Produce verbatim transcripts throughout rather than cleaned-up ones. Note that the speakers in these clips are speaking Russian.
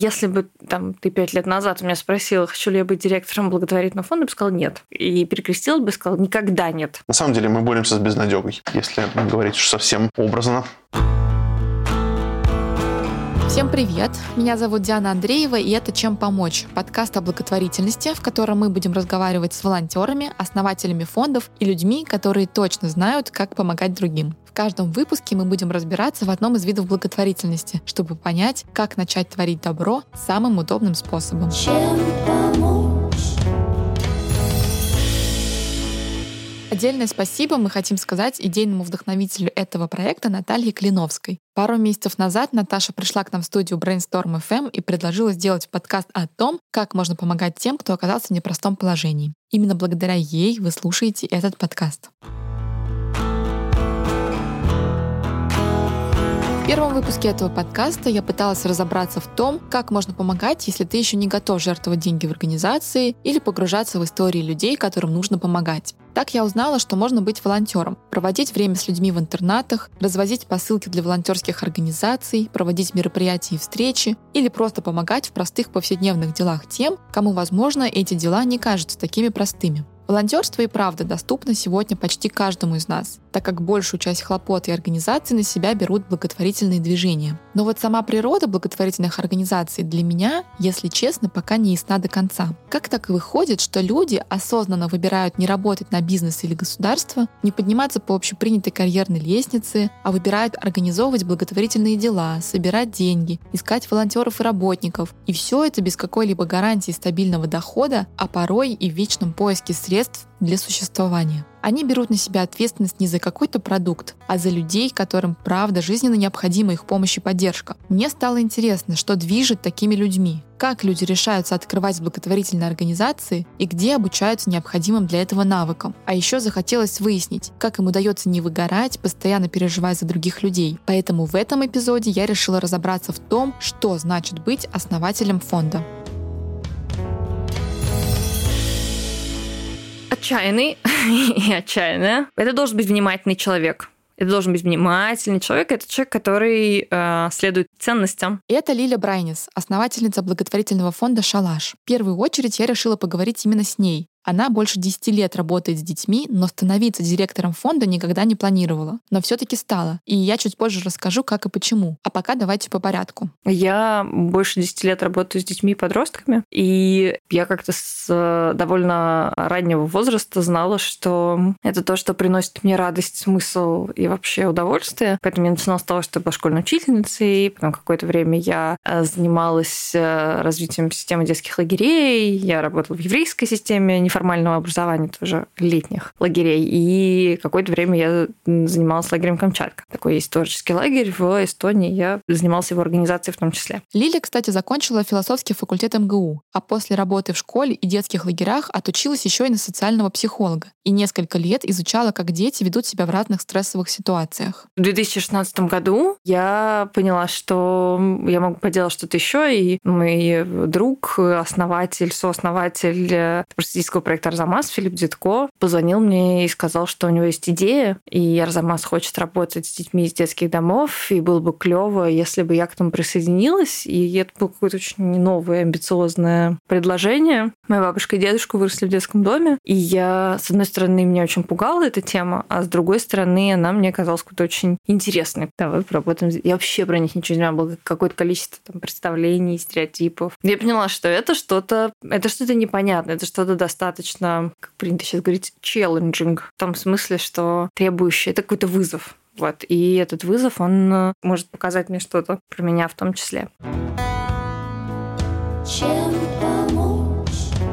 Если бы там, ты пять лет назад меня спросила, хочу ли я быть директором благотворительного фонда, я бы сказала нет. И перекрестилась бы, сказала никогда нет. На самом деле мы боремся с безнадёгой, если говорить уж совсем образно. Всем привет! Меня зовут Диана Андреева, и это «Чем помочь?» Подкаст о благотворительности, в котором мы будем разговаривать с волонтерами, основателями фондов и людьми, которые точно знают, как помогать другим. В каждом выпуске мы будем разбираться в одном из видов благотворительности, чтобы понять, как начать творить добро самым удобным способом. Чем помочь? Отдельное спасибо мы хотим сказать идейному вдохновителю этого проекта Наталье Клиновской. Пару месяцев назад Наташа пришла к нам в студию Brainstorm эф эм и предложила сделать подкаст о том, как можно помогать тем, кто оказался в непростом положении. Именно благодаря ей вы слушаете этот подкаст. В первом выпуске этого подкаста я пыталась разобраться в том, как можно помогать, если ты еще не готов жертвовать деньги в организации или погружаться в истории людей, которым нужно помогать. Так я узнала, что можно быть волонтером, проводить время с людьми в интернатах, развозить посылки для волонтерских организаций, проводить мероприятия и встречи или просто помогать в простых повседневных делах тем, кому, возможно, эти дела не кажутся такими простыми. Волонтерство и правда доступно сегодня почти каждому из нас, так как большую часть хлопот и организаций на себя берут благотворительные движения. Но вот сама природа благотворительных организаций для меня, если честно, пока не ясна до конца. Как так и выходит, что люди осознанно выбирают не работать на бизнес или государство, не подниматься по общепринятой карьерной лестнице, а выбирают организовывать благотворительные дела, собирать деньги, искать волонтеров и работников. И все это без какой-либо гарантии стабильного дохода, а порой и в вечном поиске средств для существования. Они берут на себя ответственность не за какой-то продукт, а за людей, которым правда жизненно необходима их помощь и поддержка. Мне стало интересно, что движет такими людьми, как люди решаются открывать благотворительные организации и где обучаются необходимым для этого навыкам. А еще захотелось выяснить, как им удается не выгорать, постоянно переживая за других людей. Поэтому в этом эпизоде я решила разобраться в том, что значит быть основателем фонда. Отчаянный и отчаянная. Это должен быть внимательный человек. Это должен быть внимательный человек. Это человек, который э, следует ценностям. Это Лиля Брайнис, основательница благотворительного фонда «Шалаш». В первую очередь я решила поговорить именно с ней. Она больше десяти лет работает с детьми, но становиться директором фонда никогда не планировала. Но все-таки стала. И я чуть позже расскажу, как и почему. А пока давайте по порядку. Я больше десяти лет работаю с детьми и подростками. И я как-то с довольно раннего возраста знала, что это то, что приносит мне радость, смысл и вообще удовольствие. Поэтому я начинала с того, что я была школьной учительницей. Потом какое-то время я занималась развитием системы детских лагерей. Я работала в еврейской системе неформального образования, тоже летних лагерей. И какое-то время я занималась лагерем Камчатка. Такой есть творческий лагерь в Эстонии. Я занималась его организацией в том числе. Лиля, кстати, закончила философский факультет эм гэ у, а после работы в школе и детских лагерях отучилась еще и на социального психолога. И несколько лет изучала, как дети ведут себя в разных стрессовых ситуациях. В две тысячи шестнадцатом году я поняла, что я могу поделать что-то еще, и мой друг, основатель, сооснователь просветительского проекта «Арзамас» Филипп Дзитко позвонил мне и сказал, что у него есть идея, и «Арзамас» хочет работать с детьми из детских домов, и было бы клево, если бы я к этому присоединилась. И это было какое-то очень новое, амбициозное предложение. Моя бабушка и дедушка выросли в детском доме, и я, с одной стороны, меня очень пугала эта тема, а с другой стороны, она мне казалась какой-то очень интересной. Давай поработаем. Я вообще про них ничего не знала, было какое-то количество там представлений, стереотипов. Я поняла, что это что-то, это что-то непонятное, это что-то достаточно достаточно, как принято сейчас говорить, challenging, в том смысле, что требующий, это какой-то вызов. Вот. И этот вызов, он может показать мне что-то про меня в том числе. Чем помочь?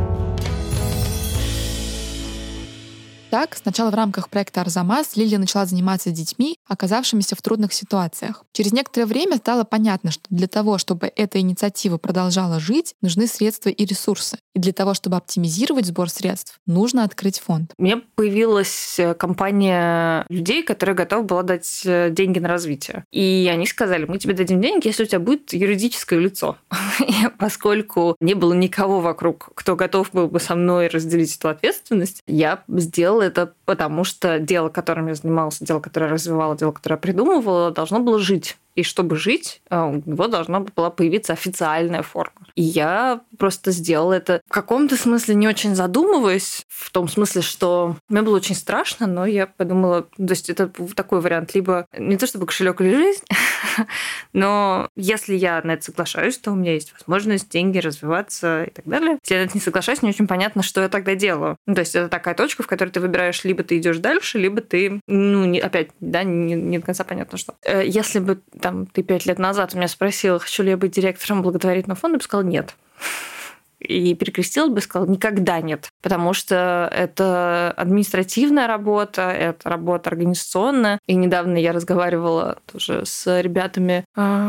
Так, сначала в рамках проекта «Арзамас» Лилия начала заниматься с детьми, оказавшимися в трудных ситуациях. Через некоторое время стало понятно, что для того, чтобы эта инициатива продолжала жить, нужны средства и ресурсы. И для того, чтобы оптимизировать сбор средств, нужно открыть фонд. У меня появилась компания людей, которая готова была дать деньги на развитие. И они сказали, мы тебе дадим деньги, если у тебя будет юридическое лицо. Поскольку не было никого вокруг, кто готов был бы со мной разделить эту ответственность, я сделала это потому что дело, которым я занималась, дело, которое я развивала, дело, которое я придумывала, должно было жить. И чтобы жить, у него должна была появиться официальная форма. И я просто сделала это в каком-то смысле не очень задумываясь, в том смысле, что мне было очень страшно, но я подумала, то есть это такой вариант, либо не то чтобы кошелек или жизнь, но если я на это соглашаюсь, то у меня есть возможность, деньги, развиваться и так далее. Если я на это не соглашаюсь, не очень понятно, что я тогда делаю. Ну, то есть это такая точка, в которой ты выбираешь, либо ты идешь дальше, либо ты, ну, не, опять, да, не, не до конца понятно, что. Если бы там, ты пять лет назад у меня спросила, хочу ли я быть директором благотворительного фонда, я бы сказала нет. И перекрестилась бы и сказала никогда нет. Потому что это административная работа, это работа организационная. И недавно я разговаривала тоже с ребятами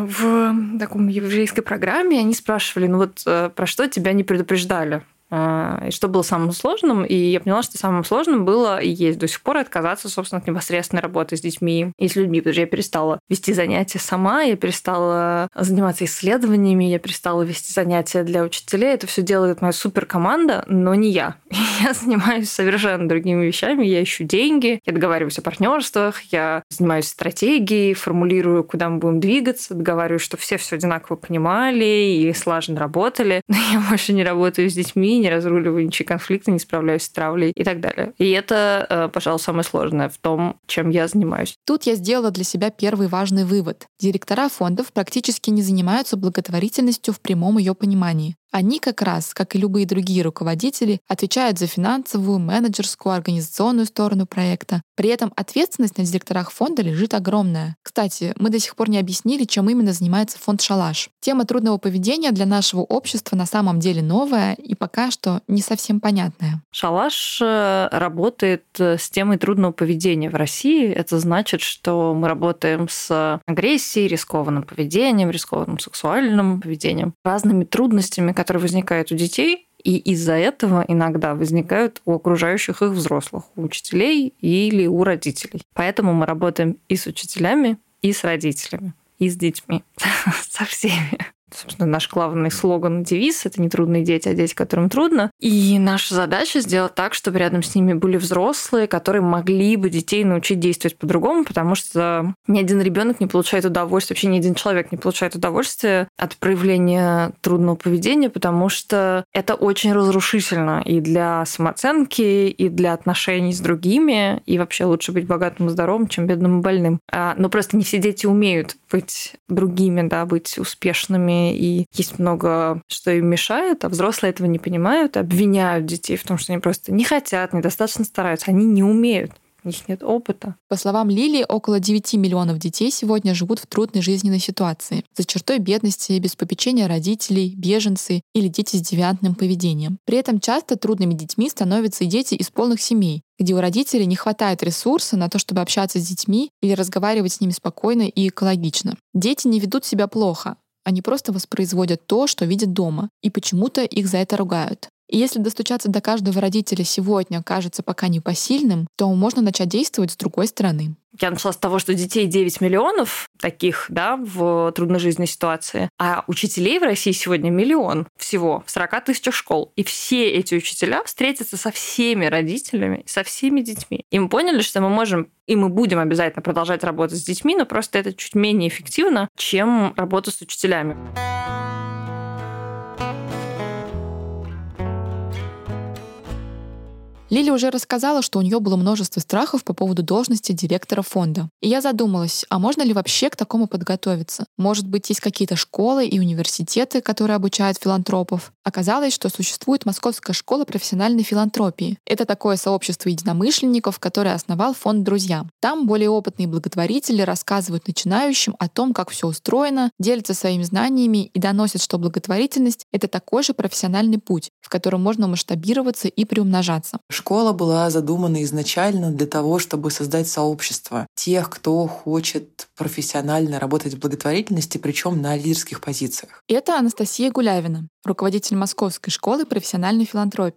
в таком еврейской программе, и они спрашивали, ну вот про что тебя не предупреждали? И что было самым сложным, и я поняла, что самым сложным было и есть до сих пор отказаться, собственно, от непосредственной работы с детьми и с людьми, потому что я перестала вести занятия сама, я перестала заниматься исследованиями, я перестала вести занятия для учителей. Это все делает моя суперкоманда, но не я. Я занимаюсь совершенно другими вещами, я ищу деньги, я договариваюсь о партнерствах, я занимаюсь стратегией, формулирую, куда мы будем двигаться, договариваюсь, что все все одинаково понимали и слаженно работали, но я больше не работаю с детьми, не разруливаю ничьи конфликты, не справляюсь с травлей и так далее. И это, пожалуй, самое сложное в том, чем я занимаюсь. Тут я сделала для себя первый важный вывод. Директора фондов практически не занимаются благотворительностью в прямом ее понимании. Они как раз, как и любые другие руководители, отвечают за финансовую, менеджерскую, организационную сторону проекта. При этом ответственность на директорах фонда лежит огромная. Кстати, мы до сих пор не объяснили, чем именно занимается фонд «Шалаш». Тема трудного поведения для нашего общества на самом деле новая и пока что не совсем понятная. «Шалаш» работает с темой трудного поведения в России. Это значит, что мы работаем с агрессией, рискованным поведением, рискованным сексуальным поведением, разными трудностями, которые возникают у детей, и из-за этого иногда возникают у окружающих их взрослых, у учителей или у родителей. Поэтому мы работаем и с учителями, и с родителями, и с детьми, со всеми. Собственно, наш главный слоган, девиз — это не трудные дети, а дети, которым трудно. И наша задача сделать так, чтобы рядом с ними были взрослые, которые могли бы детей научить действовать по-другому, потому что ни один ребенок не получает удовольствия, вообще ни один человек не получает удовольствия от проявления трудного поведения, потому что это очень разрушительно и для самооценки, и для отношений с другими, и вообще лучше быть богатым и здоровым, чем бедным и больным. Но просто не все дети умеют быть другими, да, быть успешными, и есть много, что им мешает, а взрослые этого не понимают, обвиняют детей в том, что они просто не хотят, недостаточно стараются, они не умеют. У них нет опыта. По словам Лилии, около девяти миллионов детей сегодня живут в трудной жизненной ситуации. За чертой бедности, без попечения родителей, беженцы или дети с девиантным поведением. При этом часто трудными детьми становятся и дети из полных семей, где у родителей не хватает ресурса на то, чтобы общаться с детьми или разговаривать с ними спокойно и экологично. Дети не ведут себя плохо. Они просто воспроизводят то, что видят дома, и почему-то их за это ругают. И если достучаться до каждого родителя сегодня кажется пока непосильным, то можно начать действовать с другой стороны. Я начала с того, что детей девять миллионов таких, да, в трудной жизненной ситуации, а учителей в России сегодня миллион всего в сорока тысячах школ. И все эти учителя встретятся со всеми родителями, со всеми детьми. И мы поняли, что мы можем и мы будем обязательно продолжать работать с детьми, но просто это чуть менее эффективно, чем работа с учителями. Лиля уже рассказала, что у нее было множество страхов по поводу должности директора фонда. И я задумалась, а можно ли вообще к такому подготовиться? Может быть, есть какие-то школы и университеты, которые обучают филантропов? Оказалось, что существует Московская школа профессиональной филантропии. Это такое сообщество единомышленников, которое основал фонд «Друзья». Там более опытные благотворители рассказывают начинающим о том, как все устроено, делятся своими знаниями и доносят, что благотворительность — это такой же профессиональный путь, в котором можно масштабироваться и приумножаться. Школа была задумана изначально для того, чтобы создать сообщество тех, кто хочет профессионально работать в благотворительности, причем на лидерских позициях. Это Анастасия Гулявина, руководитель Московской школы профессиональной филантропии.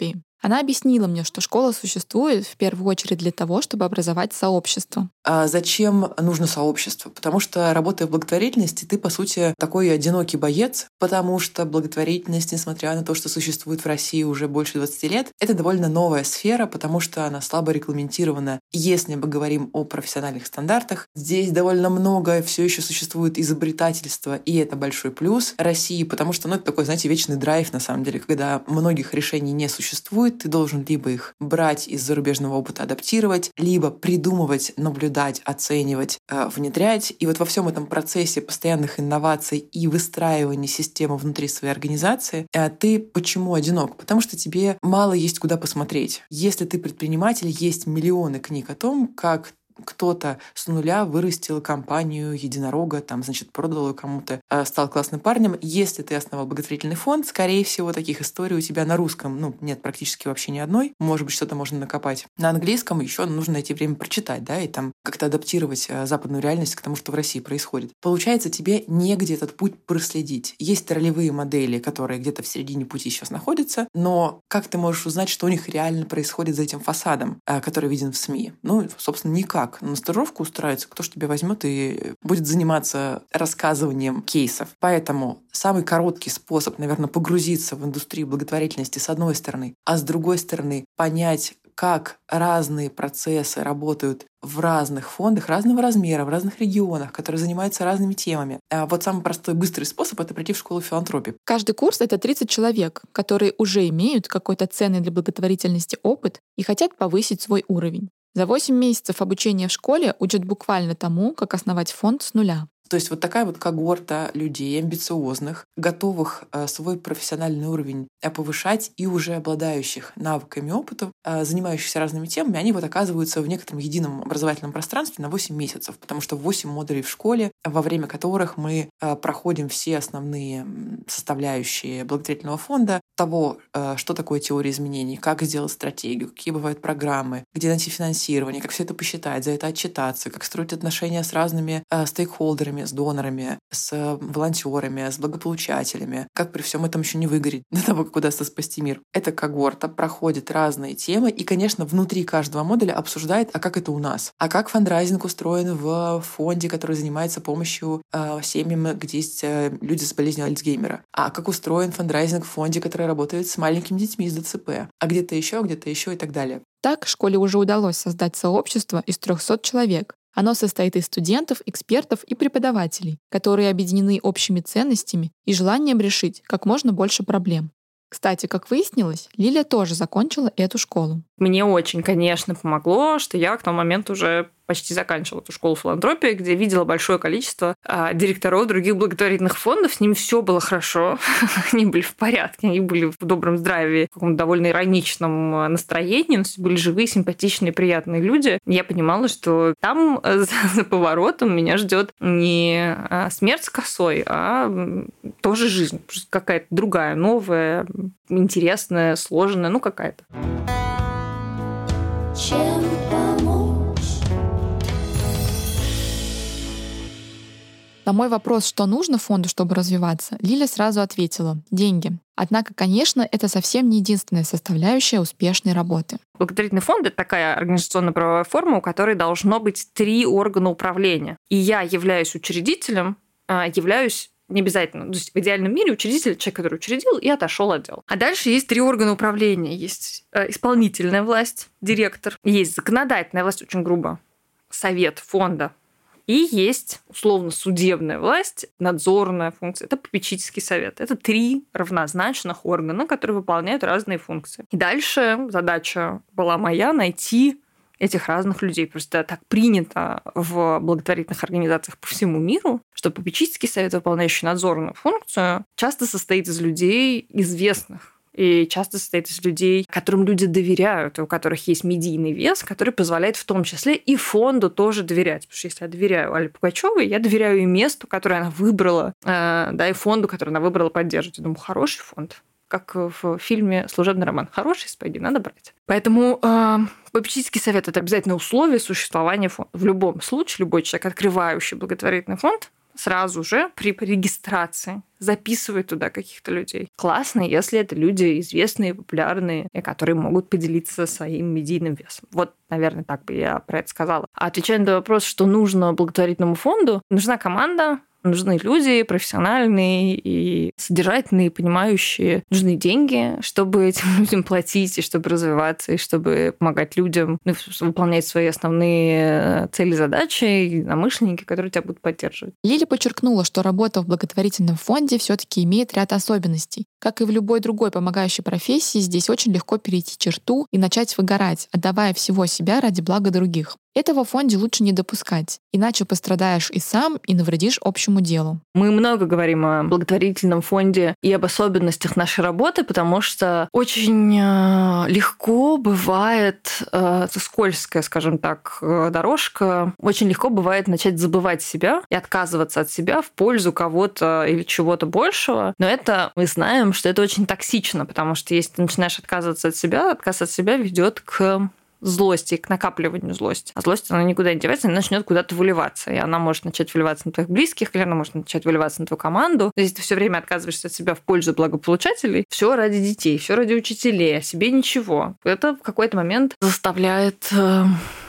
Она объяснила мне, что школа существует в первую очередь для того, чтобы образовать сообщество. А зачем нужно сообщество? Потому что, работая в благотворительности, ты, по сути, такой одинокий боец, потому что благотворительность, несмотря на то, что существует в России уже больше двадцати лет, это довольно новая сфера, потому что она слабо регламентирована. Если мы говорим о профессиональных стандартах, здесь довольно много все еще существует изобретательства, и это большой плюс России, потому что, ну, это такой, знаете, вечный драйв, на самом деле, когда многих решений не существует, ты должен либо их брать из зарубежного опыта, адаптировать, либо придумывать, наблюдать, оценивать, внедрять. И вот во всем этом процессе постоянных инноваций и выстраивания системы внутри своей организации ты почему одинок? Потому что тебе мало есть куда посмотреть. Если ты предприниматель, есть миллионы книг о том, как кто-то с нуля вырастил компанию единорога, там, значит, продал ее кому-то, стал классным парнем. Если ты основал благотворительный фонд, скорее всего, таких историй у тебя на русском, ну, нет практически вообще ни одной. Может быть, что-то можно накопать. На английском еще нужно найти время прочитать, да, и там как-то адаптировать западную реальность к тому, что в России происходит. Получается, тебе негде этот путь проследить. Есть ролевые модели, которые где-то в середине пути сейчас находятся, но как ты можешь узнать, что у них реально происходит за этим фасадом, который виден в СМИ? Ну, собственно, никак. На стажировку устраивается, кто ж тебя возьмет и будет заниматься рассказыванием кейсов. Поэтому самый короткий способ, наверное, погрузиться в индустрию благотворительности с одной стороны, а с другой стороны понять, как разные процессы работают в разных фондах разного размера, в разных регионах, которые занимаются разными темами. А вот самый простой, быстрый способ — это прийти в школу филантропии. Каждый курс — это тридцать человек, которые уже имеют какой-то ценный для благотворительности опыт и хотят повысить свой уровень. За восемь месяцев обучения в школе учат буквально тому, как основать фонд с нуля. То есть вот такая вот когорта людей амбициозных, готовых свой профессиональный уровень повышать и уже обладающих навыками и опытом, занимающихся разными темами, они вот оказываются в некотором едином образовательном пространстве на восемь месяцев, потому что восемь модулей в школе, во время которых мы проходим все основные составляющие благотворительного фонда, того, что такое теория изменений, как сделать стратегию, какие бывают программы, где найти финансирование, как все это посчитать, за это отчитаться, как строить отношения с разными стейкхолдерами, с донорами, с волонтерами, с благополучателями, как при всем этом еще не выгореть до того, как удастся спасти мир. Эта когорта проходит разные темы и, конечно, внутри каждого модуля обсуждает, а как это у нас, а как фандрайзинг устроен в фонде, который занимается помощью э, семьям, где есть э, люди с болезнью Альцгеймера, а как устроен фандрайзинг в фонде, который работает с маленькими детьми с ДЦП, а где-то еще, где-то еще и так далее. Так, школе уже удалось создать сообщество из трехсот человек. Оно состоит из студентов, экспертов и преподавателей, которые объединены общими ценностями и желанием решить как можно больше проблем. Кстати, как выяснилось, Лиля тоже закончила эту школу. Мне очень, конечно, помогло, что я к тому моменту уже почти заканчивала эту школу филантропии, где видела большое количество а, директоров других благотворительных фондов. С ними все было хорошо, они были в порядке, они были в добром здравии, в каком-то довольно ироничном настроении, но были живые, симпатичные, приятные люди. Я понимала, что там за, за поворотом меня ждет не смерть с косой, а тоже жизнь, какая-то другая, новая, интересная, сложная, ну какая-то. Чем помочь? На мой вопрос, что нужно фонду, чтобы развиваться, Лиля сразу ответила — деньги. Однако, конечно, это совсем не единственная составляющая успешной работы. Благотворительный фонд — это такая организационно-правовая форма, у которой должно быть три органа управления. И я являюсь учредителем, являюсь не обязательно. То есть в идеальном мире учредитель — человек, который учредил и отошел от дел. А дальше есть три органа управления. Есть исполнительная власть, директор. Есть законодательная власть, очень грубо, совет фонда. И есть условно судебная власть, надзорная функция. Это попечительский совет. Это три равнозначных органа, которые выполняют разные функции. И дальше задача была моя — найти этих разных людей. Просто так принято в благотворительных организациях по всему миру, что попечительский совет, выполняющий надзорную функцию, часто состоит из людей известных. И часто состоит из людей, которым люди доверяют, у которых есть медийный вес, который позволяет в том числе и фонду тоже доверять. Потому что если я доверяю Алле Пугачевой, я доверяю и месту, которое она выбрала, да, и фонду, который она выбрала поддерживать. Я думаю, хороший фонд. Как в фильме «Служебный роман». Хороший, спойди, надо брать. Поэтому э, попечительский совет – это обязательное условие существования фонда. В любом случае, любой человек, открывающий благотворительный фонд, сразу же при регистрации записывать туда каких-то людей. Классно, если это люди известные, популярные, которые могут поделиться своим медийным весом. Вот, наверное, так бы я про это сказала. А отвечая на вопрос, что нужно благотворительному фонду, нужна команда, нужны люди профессиональные и содержательные, понимающие. Нужны деньги, чтобы этим людям платить, и чтобы развиваться, и чтобы помогать людям, ну, выполнять свои основные цели, задачи, и единомышленники, которые тебя будут поддерживать. Лили подчеркнула, что работа в благотворительном фонде все-таки имеет ряд особенностей. Как и в любой другой помогающей профессии, здесь очень легко перейти черту и начать выгорать, отдавая всего себя ради блага других. Этого в фонде лучше не допускать, иначе пострадаешь и сам, и навредишь общему делу. Мы много говорим о благотворительном фонде и об особенностях нашей работы, потому что очень легко бывает, это скользкая, скажем так, дорожка, очень легко бывает начать забывать себя и отказываться от себя в пользу кого-то или чего-то большего. Но это мы знаем, что это очень токсично, потому что если ты начинаешь отказываться от себя, отказ от себя ведет к злости, к накапливанию злости. А злость, она никуда не девается, она начнет куда-то выливаться. И она может начать выливаться на твоих близких, или она может начать выливаться на твою команду. То есть ты все время отказываешься от себя в пользу благополучателей, все ради детей, все ради учителей, а себе ничего. Это в какой-то момент заставляет э,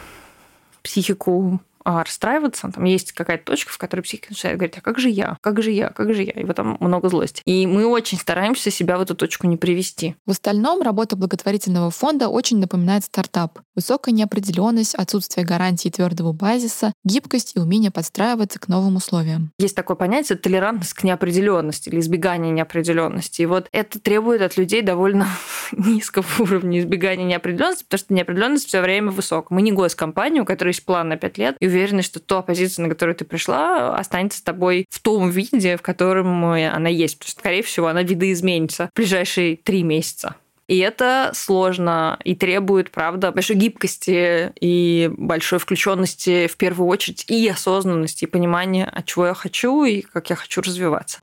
психику расстраиваться. Там есть какая-то точка, в которой психика начинает говорить, а как же я, как же я, как же я? И в этом много злости. И мы очень стараемся себя в эту точку не привести. В остальном работа благотворительного фонда очень напоминает стартап. Высокая неопределенность, отсутствие гарантии твердого базиса, гибкость и умение подстраиваться к новым условиям. Есть такое понятие толерантность к неопределенности или избегание неопределенности. И вот это требует от людей довольно низкого уровня избегания неопределенности, потому что неопределенность все время высокая. Мы не госкомпания, у которой есть план на пять лет, и уверены, что та позиция, на которую ты пришла, останется с тобой в том виде, в котором она есть. Потому что, скорее всего, она видоизменится в ближайшие три месяца. И это сложно и требует, правда, большой гибкости и большой включенности в первую очередь и осознанности, и понимания, от чего я хочу и как я хочу развиваться.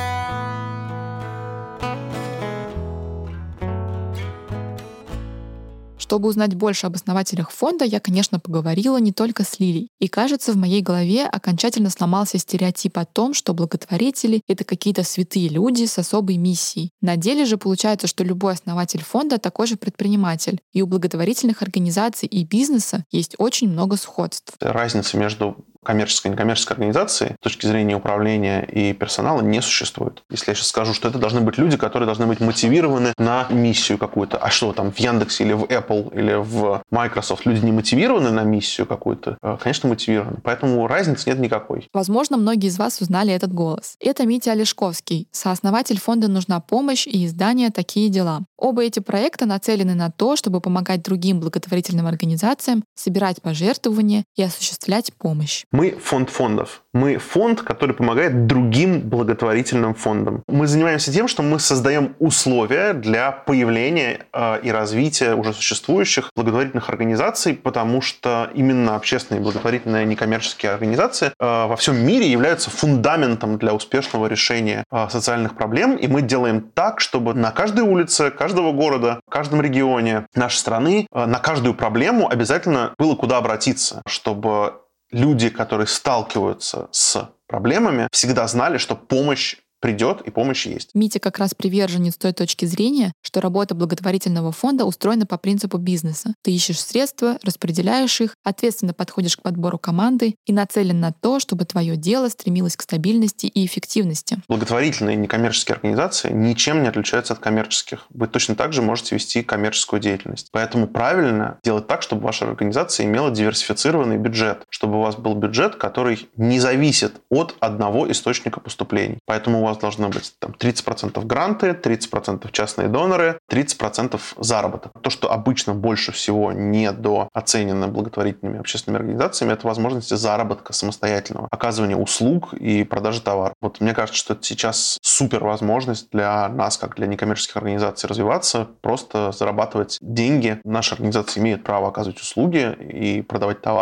Чтобы узнать больше об основателях фонда, я, конечно, поговорила не только с Лилей. И, кажется, в моей голове окончательно сломался стереотип о том, что благотворители — это какие-то святые люди с особой миссией. На деле же получается, что любой основатель фонда такой же предприниматель. И у благотворительных организаций и бизнеса есть очень много сходств. Разница между коммерческой и некоммерческой организации с точки зрения управления и персонала не существует. Если я сейчас скажу, что это должны быть люди, которые должны быть мотивированы на миссию какую-то. А что там в Яндексе или в Apple или в Microsoft люди не мотивированы на миссию какую-то? Конечно, мотивированы. Поэтому разницы нет никакой. Возможно, многие из вас узнали этот голос. Это Митя Олешковский, сооснователь фонда «Нужна помощь» и издания «Такие дела». Оба эти проекта нацелены на то, чтобы помогать другим благотворительным организациям собирать пожертвования и осуществлять помощь. Мы фонд фондов. Мы фонд, который помогает другим благотворительным фондам. Мы занимаемся тем, что мы создаем условия для появления э, и развития уже существующих благотворительных организаций, потому что именно общественные благотворительные некоммерческие организации э, во всем мире являются фундаментом для успешного решения э, социальных проблем. И мы делаем так, чтобы на каждой улице, каждого города, в каждом регионе нашей страны э, на каждую проблему обязательно было куда обратиться, чтобы люди, которые сталкиваются с проблемами, всегда знали, что помощь придет и помощь есть. Митя как раз приверженец той точки зрения, что работа благотворительного фонда устроена по принципу бизнеса. Ты ищешь средства, распределяешь их, ответственно подходишь к подбору команды и нацелен на то, чтобы твое дело стремилось к стабильности и эффективности. Благотворительные некоммерческие организации ничем не отличаются от коммерческих. Вы точно так же можете вести коммерческую деятельность. Поэтому правильно делать так, чтобы ваша организация имела диверсифицированный бюджет, чтобы у вас был бюджет, который не зависит от одного источника поступлений. Поэтому у вас должно быть там, тридцать процентов гранты, тридцать процентов частные доноры, тридцать процентов заработок. То, что обычно больше всего недооценено благотворительными общественными организациями, это возможности заработка самостоятельного, оказывания услуг и продажи товаров. Вот мне кажется, что это сейчас супер возможность для нас, как для некоммерческих организаций, развиваться, просто зарабатывать деньги. Наши организации имеют право оказывать услуги и продавать товары,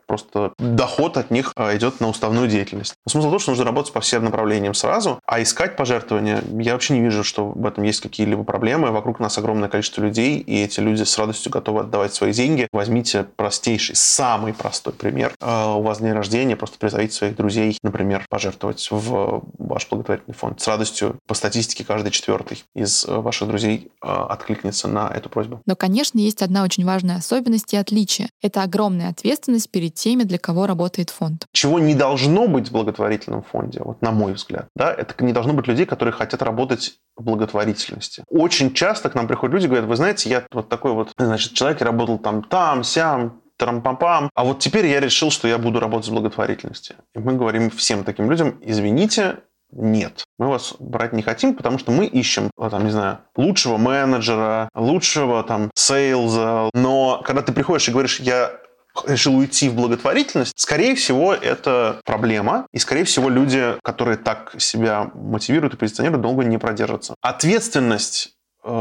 просто доход от них идет на уставную деятельность. Но смысл в том, что нужно работать по всем направлениям сразу, а искать пожертвования, я вообще не вижу, что в этом есть какие-либо проблемы. Вокруг нас огромное количество людей, и эти люди с радостью готовы отдавать свои деньги. Возьмите простейший, самый простой пример. У вас день рождения, просто призовите своих друзей, например, пожертвовать в ваш благотворительный фонд. С радостью, по статистике, каждый четвертый из ваших друзей откликнется на эту просьбу. Но, конечно, есть одна очень важная особенность и отличие. Это огромная ответственность перед теми, для кого работает фонд. Чего не должно быть в благотворительном фонде, вот на мой взгляд, да, это не должно быть людей, которые хотят работать в благотворительности. Очень часто к нам приходят люди и говорят: вы знаете, я вот такой вот, значит, человек, я работал там, там, сям, трам-пам-пам, а вот теперь я решил, что я буду работать в благотворительности. И мы говорим всем таким людям: извините, нет, мы вас брать не хотим, потому что мы ищем, там, не знаю, лучшего менеджера, лучшего там сейлза. Но когда ты приходишь и говоришь: я решил уйти в благотворительность, скорее всего, это проблема. И, скорее всего, люди, которые так себя мотивируют и позиционируют, долго не продержатся. Ответственность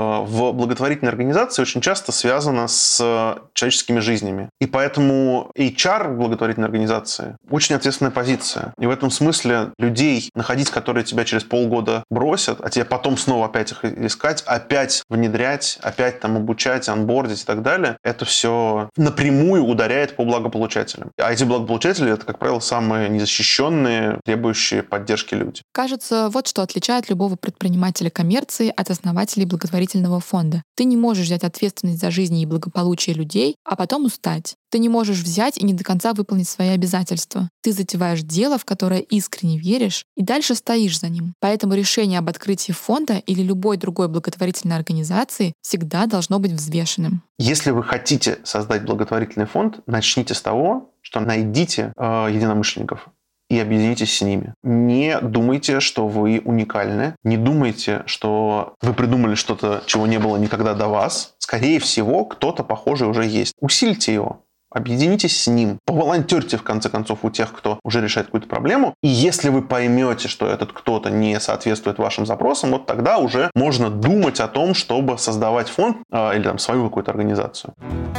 в благотворительной организации очень часто связана с человеческими жизнями. И поэтому эйч ар в благотворительной организации очень ответственная позиция. И в этом смысле людей находить, которые тебя через полгода бросят, а тебе потом снова опять их искать, опять внедрять, опять там обучать, анбордить и так далее, это все напрямую ударяет по благополучателям. А эти благополучатели — это, как правило, самые незащищенные, требующие поддержки люди. Кажется, вот что отличает любого предпринимателя коммерции от основателей благотворительности фонда. Ты не можешь взять ответственность за жизнь и благополучие людей, а потом устать. Ты не можешь взять и не до конца выполнить свои обязательства. Ты затеваешь дело, в которое искренне веришь, и дальше стоишь за ним. Поэтому решение об открытии фонда или любой другой благотворительной организации всегда должно быть взвешенным. Если вы хотите создать благотворительный фонд, начните с того, что найдите э, единомышленников и объединитесь с ними. Не думайте, что вы уникальны. Не думайте, что вы придумали что-то, чего не было никогда до вас. Скорее всего, кто-то похожий уже есть. Усильте его. Объединитесь с ним. Поволонтерьте, в конце концов, у тех, кто уже решает какую-то проблему. И если вы поймете, что этот кто-то не соответствует вашим запросам, вот тогда уже можно думать о том, чтобы создавать фонд э, или там свою какую-то организацию.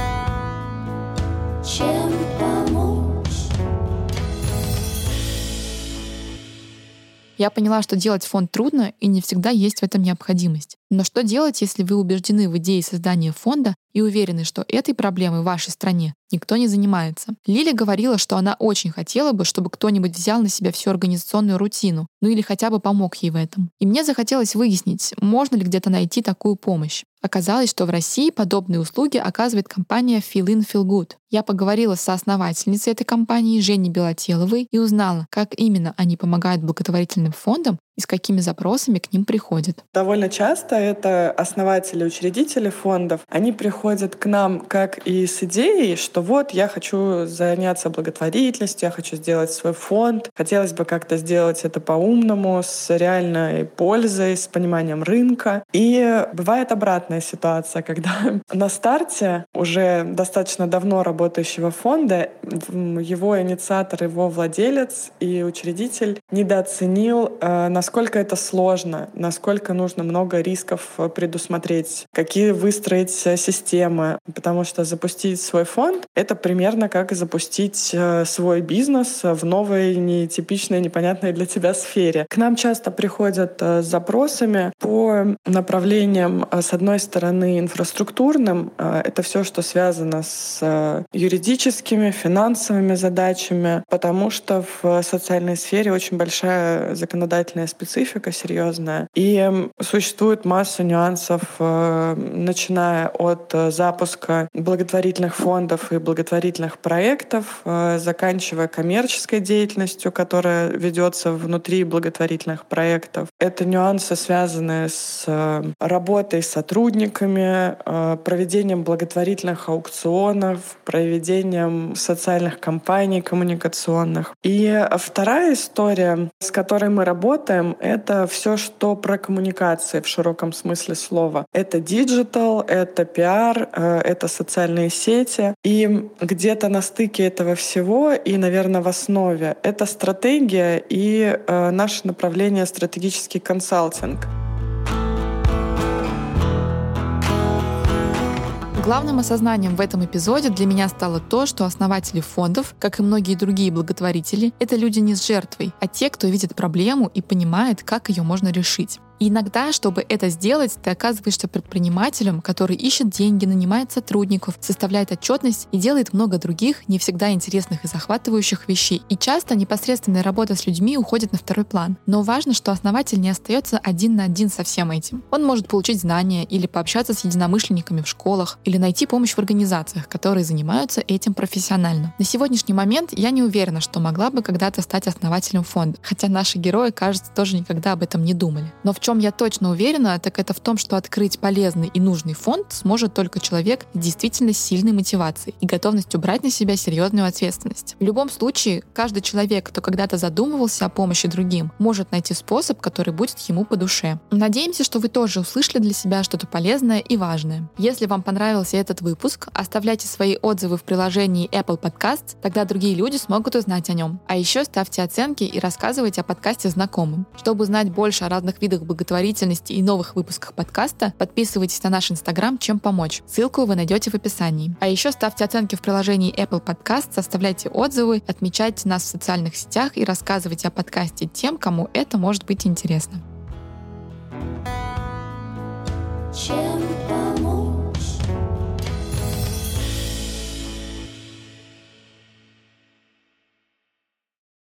Чем Я поняла, что делать фонд трудно, и не всегда есть в этом необходимость. Но что делать, если вы убеждены в идее создания фонда и уверены, что этой проблемой в вашей стране никто не занимается? Лиля говорила, что она очень хотела бы, чтобы кто-нибудь взял на себя всю организационную рутину, ну или хотя бы помог ей в этом. И мне захотелось выяснить, можно ли где-то найти такую помощь. Оказалось, что в России подобные услуги оказывает компания Feel In Feel Good. Я поговорила с соосновательницей этой компании Женей Белотеловой и узнала, как именно они помогают благотворительным фондам и с какими запросами к ним приходят. Довольно часто это основатели, учредители фондов. Они приходят к нам как и с идеей, что вот я хочу заняться благотворительностью, я хочу сделать свой фонд, хотелось бы как-то сделать это по-умному, с реальной пользой, с пониманием рынка. И бывает обратная ситуация, когда на старте уже достаточно давно работающего фонда его инициатор, его владелец и учредитель недооценил, насколько это сложно, насколько нужно много рисков предусмотреть, какие выстроить системы, потому что запустить свой фонд — это примерно как запустить свой бизнес в новой, нетипичной, непонятной для тебя сфере. К нам часто приходят с запросами по направлениям, с одной стороны, инфраструктурным. Это все, что связано с юридическими, финансовыми задачами, потому что в социальной сфере очень большая законодательная специфика серьезная. И существует масса нюансов, начиная от запуска благотворительных фондов и благотворительных проектов, заканчивая коммерческой деятельностью, которая ведется внутри благотворительных проектов. Это нюансы, связанные с работой с сотрудниками, проведением благотворительных аукционов, проведением социальных кампаний коммуникационных. И вторая история, с которой мы работаем, это все, что про коммуникации в широком смысле слова. Это диджитал, это пиар, это социальные сети. И где-то на стыке этого всего и, наверное, в основе это стратегия и наше направление стратегический консалтинг. Главным осознанием в этом эпизоде для меня стало то, что основатели фондов, как и многие другие благотворители, это люди не с жертвой, а те, кто видит проблему и понимает, как ее можно решить. И иногда, чтобы это сделать, ты оказываешься предпринимателем, который ищет деньги, нанимает сотрудников, составляет отчетность и делает много других, не всегда интересных и захватывающих вещей. И часто непосредственная работа с людьми уходит на второй план. Но важно, что основатель не остается один на один со всем этим. Он может получить знания или пообщаться с единомышленниками в школах, или найти помощь в организациях, которые занимаются этим профессионально. На сегодняшний момент я не уверена, что могла бы когда-то стать основателем фонда, хотя наши герои, кажется, тоже никогда об этом не думали. Но в В чем я точно уверена, так это в том, что открыть полезный и нужный фонд сможет только человек с действительно сильной мотивацией и готовностью брать на себя серьезную ответственность. В любом случае, каждый человек, кто когда-то задумывался о помощи другим, может найти способ, который будет ему по душе. Надеемся, что вы тоже услышали для себя что-то полезное и важное. Если вам понравился этот выпуск, оставляйте свои отзывы в приложении Apple Podcasts, тогда другие люди смогут узнать о нем. А еще ставьте оценки и рассказывайте о подкасте знакомым. Чтобы узнать больше о разных видах благотворительности, благотворительности и новых выпусках подкаста, подписывайтесь на наш инстаграм «Чем помочь». Ссылку вы найдете в описании. А еще ставьте оценки в приложении Apple Podcasts, оставляйте отзывы, отмечайте нас в социальных сетях и рассказывайте о подкасте тем, кому это может быть интересно. Чем